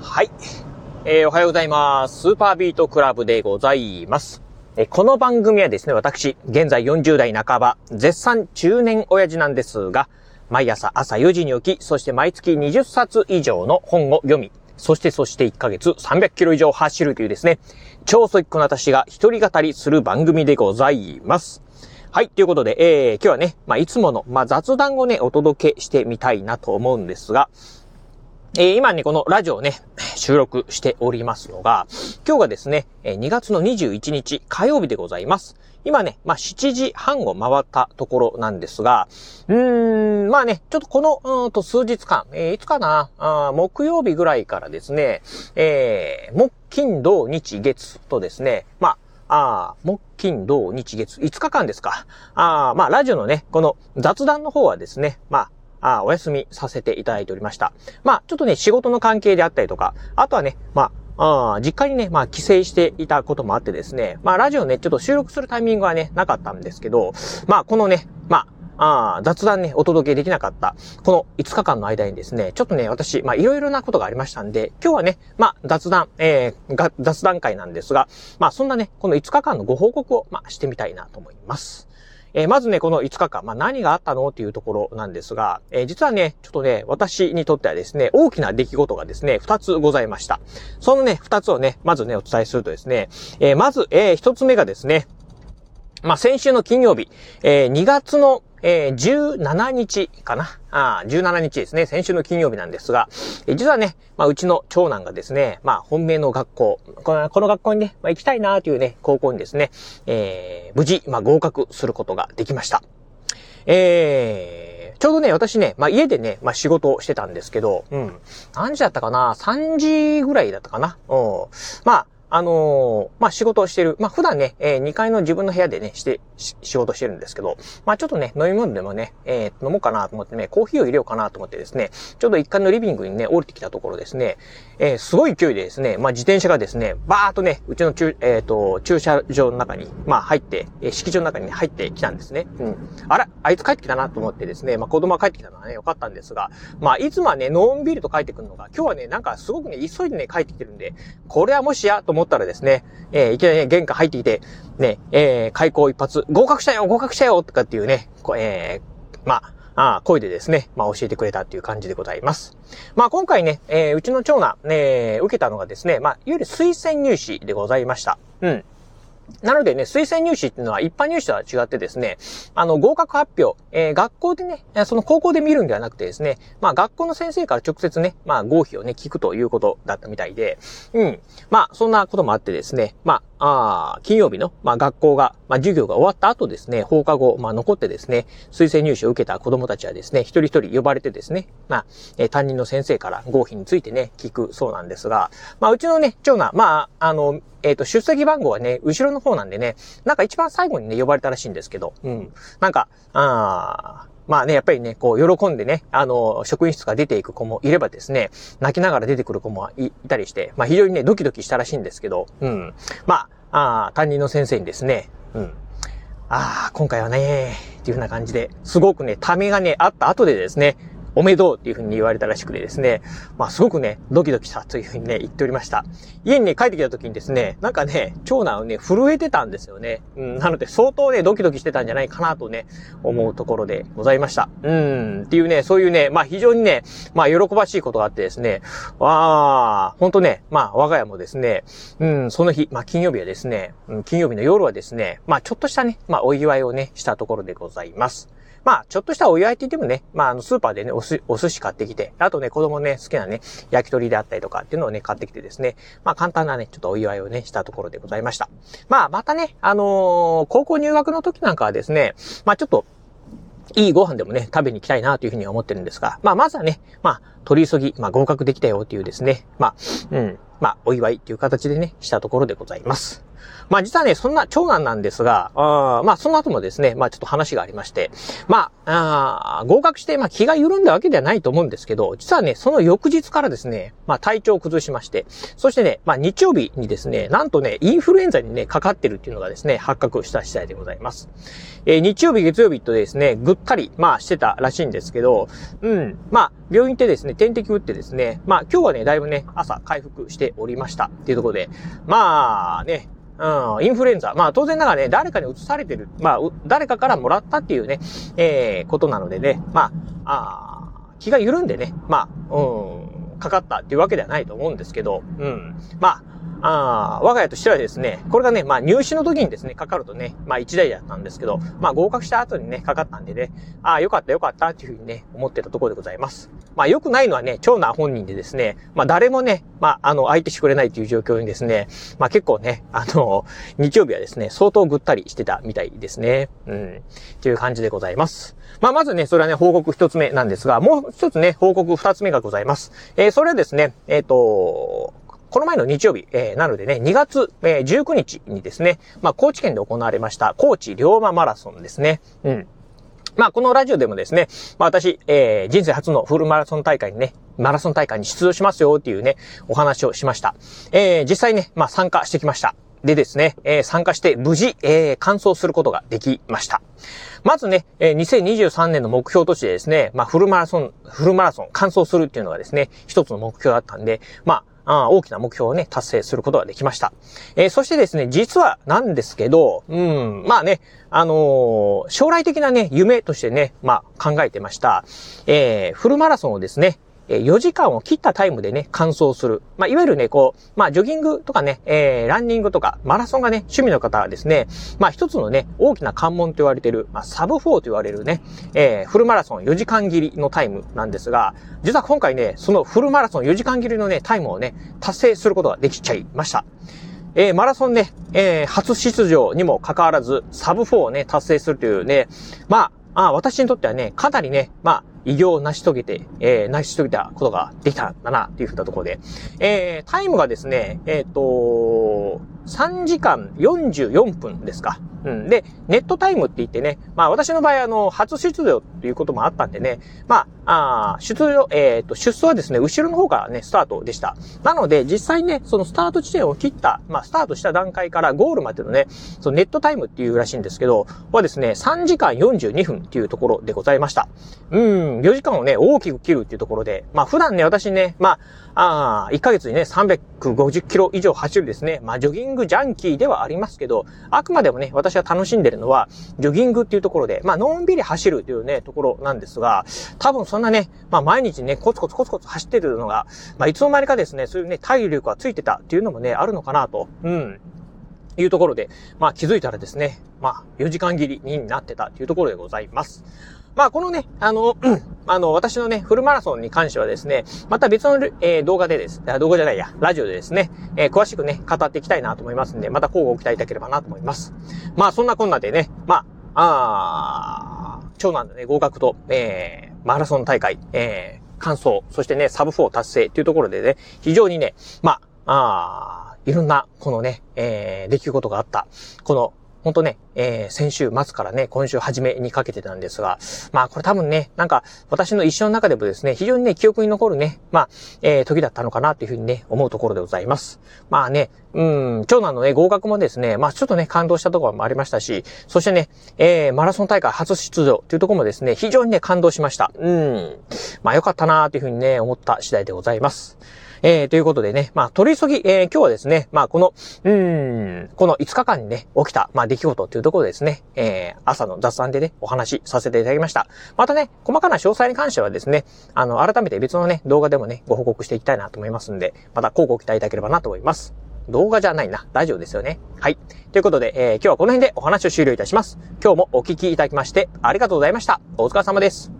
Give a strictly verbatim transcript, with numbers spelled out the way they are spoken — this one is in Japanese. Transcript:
はい、えー、おはようございます。スーパービートクラブでございます。えー、この番組はですね、私、現在よんじゅう代半ば、絶賛中年親父なんですが、毎朝朝よじに起き、そして毎月にじゅっさつ以上の本を読み、そしてそしていっかげつさんびゃっキロ以上走るというですね、超ソイックな私が一人語りする番組でございます。はい、ということで、えー、今日はね、まあ、いつもの、まあ、雑談をね、お届けしてみたいなと思うんですが、えー、今ね、このラジオをね、収録しておりますのが、今日がですね、にがつのにじゅういちにち火曜日でございます。今ね、まあ、しちじはんを回ったところなんですが、うーん、まあね、ちょっとこの、うーんと数日間、えー、いつかなあ、木曜日ぐらいからですね、えー、木、金、土、日、月とですね、まあ、あ木、金、土、日、月、いつかかんですか。あまあ、ラジオのね、この雑談の方はですね、まあ、あお休みさせていただいておりました。まあ、ちょっとね、仕事の関係であったりとか、あとはね、まあ、あ実家にね、まあ、帰省していたこともあってですね、まあ、ラジオね、ちょっと収録するタイミングはね、なかったんですけど、まあ、このね、まあ、あ雑談ね、お届けできなかった、このいつかかんの間にですね、ちょっとね、私、まあ、いろいろなことがありましたんで、今日はね、まあ、雑談、えー、が、雑談会なんですが、まあ、そんなね、このいつかかんのご報告を、まあ、してみたいなと思います。えー、まずね、このいつかかん、まあ、何があったのっていうところなんですが、えー、実はね、ちょっとね、私にとってはですね、大きな出来事がですね、ふたつございました。そのね、ふたつをね、まずね、お伝えするとですね、えー、まず、えー、ひとつめがですね、まあ、先週の金曜日、えー、にがつの、えー、じゅうしちにちかなあじゅうしちにちですね。先週の金曜日なんですが、えー、実はね、まあ、うちの長男がですね、まあ、本命の学校、この、この学校にね、まあ、行きたいなというね、高校にですね、えー、無事、まあ、合格することができました。えー、ちょうどね、私ね、まあ、家でね、まあ、仕事をしてたんですけど、うん。何時だったかな ?さんじぐらいだったかなうん。まあ、あのー、まあ、仕事をしてる。まあ、普段ね、えー、にかいの自分の部屋でね、して、仕事してるんですけど、まあ、ちょっとね、飲み物でもね、えー、飲もうかなと思ってね、コーヒーを入れようかなと思ってですね、ちょうどいっかいのリビングにね、降りてきたところですね、えー、すごい勢いでですね、まあ、自転車がですね、バーっとね、うちの駐、えっと、駐車場の中に、まあ、入って、えー、敷地の中に入ってきたんですね。うん。あら、あいつ帰ってきたなと思ってですね、まあ、子供が帰ってきたのはね、よかったんですが、まあ、いつもはね、のんびりと帰ってくるのが、今日はね、なんかすごくね、急いでね、帰ってきてるんで、これはもしやと思ったらですね、えー、いきなりね、玄関入ってきて、ね、えー、開口一発、合格したよ合格したよとかっていうね、えー、まあ、あ声でですね、まあ教えてくれたっていう感じでございます。まあ今回ね、えー、うちの長男、えー、受けたのがですね、まあ、いわゆる推薦入試でございました。うん。なのでね、推薦入試っていうのは一般入試とは違ってですね、あの、合格発表、えー、学校でね、その高校で見るんではなくてですね、まあ学校の先生から直接ね、まあ合否をね、聞くということだったみたいで、うん。まあそんなこともあってですね、まあ、あ金曜日の、まあ学校が、まあ授業が終わった後ですね、放課後、まあ残ってですね、推薦入試を受けた子供たちはですね、一人一人呼ばれてですね、まあ、えー、担任の先生から合否についてね、聞くそうなんですが、まあうちのね、長男、まあ、あの、えっと、出席番号はね、後ろの方なんでね、なんか一番最後にね、呼ばれたらしいんですけど、うん。なんか、あまあね、やっぱりね、こう、喜んでね、あの、職員室から出ていく子もいればですね、泣きながら出てくる子も い, いたりして、まあ非常にね、ドキドキしたらしいんですけど、うん。まあ、あ担任の先生にですね、うん。ああ、今回はね、っていう風な感じで、すごくね、ためがね、あった後でですね、おめでとうっていう風に言われたらしくてですね、まあすごくね、ドキドキしたという風にね、言っておりました。家にね、帰ってきた時にですね、なんかね、長男はね、震えてたんですよね。うん、なので相当ね、ドキドキしてたんじゃないかなとね、思うところでございました。うん、っていうね、そういうね、まあ非常にね、まあ喜ばしいことがあってですね、わー、ほんとね、まあ我が家もですね、うん、その日、まあ金曜日はですね、うん、金曜日の夜はですね、まあちょっとしたね、まあお祝いをね、したところでございます。まあ、ちょっとしたお祝いって言ってもね、まあ、あの、スーパーでね、おす、お寿司買ってきて、あとね、子供ね、好きなね、焼き鳥であったりとかっていうのをね、買ってきてですね、まあ、簡単なね、ちょっとお祝いをね、したところでございました。まあ、またね、あのー、高校入学の時なんかはですね、まあ、ちょっと、いいご飯でもね、食べに行きたいなというふうに思ってるんですが、まあ、まずはね、まあ、取り急ぎ、まあ、合格できたよっていうですね、まあ、うん、まあ、お祝いっていう形でね、したところでございます。 まあ実はね、そんな長男なんですが、あまあその後もですね、まあちょっと話がありまして、まあ、あ合格して、まあ気が緩んだわけではないと思うんですけど、実はね、その翌日からですね、まあ体調を崩しまして、そしてね、まあ日曜日にですね、なんとね、インフルエンザにね、かかってるっていうのがですね、発覚した次第でございます。えー、日曜日、月曜日とですね、ぐったり、まあしてたらしいんですけど、うん、まあ病院行ってですね、点滴打ってですね、まあ今日はね、だいぶね、朝回復しておりましたっていうところで、まあね、うん、インフルエンザ。まあ当然ながらね、誰かに移されてる。まあ、誰かからもらったっていうね、えー、ことなのでね、まあ、あ気が緩んでね、まあ、うん、かかったっていうわけではないと思うんですけど、うん、まあ、あ我が家としてはですね、これがね、まあ入試の時にですね、かかるとね、まあ一台だったんですけど、まあ合格した後にね、かかったんでね、ああ、よかったよかったっていうふうにね、思ってたところでございます。まあ良くないのはね、長男本人でですね、まあ誰もね、まああの、相手してくれないという状況にですね、まあ結構ね、あの、日曜日はですね、相当ぐったりしてたみたいですね。うん。という感じでございます。まあまずね、それはね、報告一つ目なんですが、もう一つね、報告二つ目がございます。えー、それはですね、えっと、この前の日曜日、えー、なのでね、にがつ、えー、じゅうくにちにですね、まあ、高知県で行われました、高知龍馬マラソンですね。うん。まあ、このラジオでもですね、まあ、私、えー、人生初のフルマラソン大会にね、マラソン大会に出場しますよっていうね、お話をしました。えー、実際ね、まあ、参加してきました。でですね、えー、参加して無事、えー、完走することができました。まずね、えー、にせんにじゅうさんねんの目標としてですね、まあ、フルマラソン、フルマラソン完走するっていうのがですね、一つの目標だったんで、まあ、あ大きな目標をね、達成することができました。えー、そしてですね、実はなんですけど、うん、まあね、あのー、将来的なね、夢としてね、まあ考えてました。えー、フルマラソンをですね、よじかんを切ったタイムでね、完走する。まあ、いわゆるね、こう、まあ、ジョギングとかね、えー、ランニングとか、マラソンがね、趣味の方はですね、まあ、一つのね、大きな関門と言われている、まあ、サブフォーと言われるね、えー、フルマラソンよじかん切りのタイムなんですが、実は今回ね、そのフルマラソンよじかん切りのね、タイムをね、達成することができちゃいました。えー、マラソンね、えー、初出場にもかかわらず、サブフォーをね、達成するというね、まあ、あ私にとってはね、かなりね、まあ、偉業を成し遂げて、えー、成し遂げたことができたんだな、っていうふうなところで。えー、タイムがですね、えっと、さんじかんよんじゅうよんぷんですか。うん。で、ネットタイムって言ってね、まあ私の場合あの、初出場っていうこともあったんでね、まあ、あ出場、えっと、出走はですね、後ろの方からね、スタートでした。なので、実際ね、そのスタート地点を切った、まあスタートした段階からゴールまでのね、そのネットタイムっていうらしいんですけど、はですね、さんじかんよんじゅうにふんっていうところでございました。うん、よじかんをね、大きく切るっていうところで、まあ普段ね、私ね、まあ、あいっかげつにね、さんびゃくごじゅっキロ以上走るですね、まあジョギングジャンキーではありますけど、あくまでもね、私は楽しんでるのは、ジョギングっていうところで、まあ、のんびり走るというね、ところなんですが、多分そんなね、まあ、毎日ね、コツコツコツコツ走ってるのが、まあ、いつの間にかですね、そういうね、体力がついてたっていうのもね、あるのかなと、うん、いうところで、まあ、気づいたらですね、まあ、よじかん切りになってたというところでございます。まあ、このね、あの、うん、あの、私のね、フルマラソンに関してはですね、また別の、えー、動画でです、動画じゃないや、ラジオでですね、えー、詳しくね、語っていきたいなと思いますんで、また交互期待いただければなと思います。まあ、そんなこんなでね、まあ、あ長男のね、合格と、えー、マラソン大会、えー、完走、そしてね、サブフォー達成というところでね、非常にね、まあ、あいろんな、このね、えー、出来事があった、この、ほんとね、えー、先週末からね、今週初めにかけてなんですが、まあこれ多分ね、なんか私の一生の中でもですね、非常にね、記憶に残るね、まあ、えー、時だったのかなというふうにね、思うところでございます。まあね、うん、長男のね、合格もですね、まあちょっとね、感動したところもありましたし、そしてね、えー、マラソン大会初出場というところもですね、非常にね、感動しました。うん、まあ良かったなというふうにね、思った次第でございます。えー、ということでね、まあ、取り急ぎ、えー、今日はですね、まあ、この、うーん、このいつかかんにね、起きた、まあ、出来事というところですね、えー、朝の雑談でね、お話しさせていただきました。またね、細かな詳細に関してはですね、あの、改めて別のね、動画でもね、ご報告していきたいなと思いますんで、また、交互期待いただければなと思います。動画じゃないな、ラジオですよね。はい。ということで、えー、今日はこの辺でお話を終了いたします。今日もお聞きいただきまして、ありがとうございました。お疲れ様です。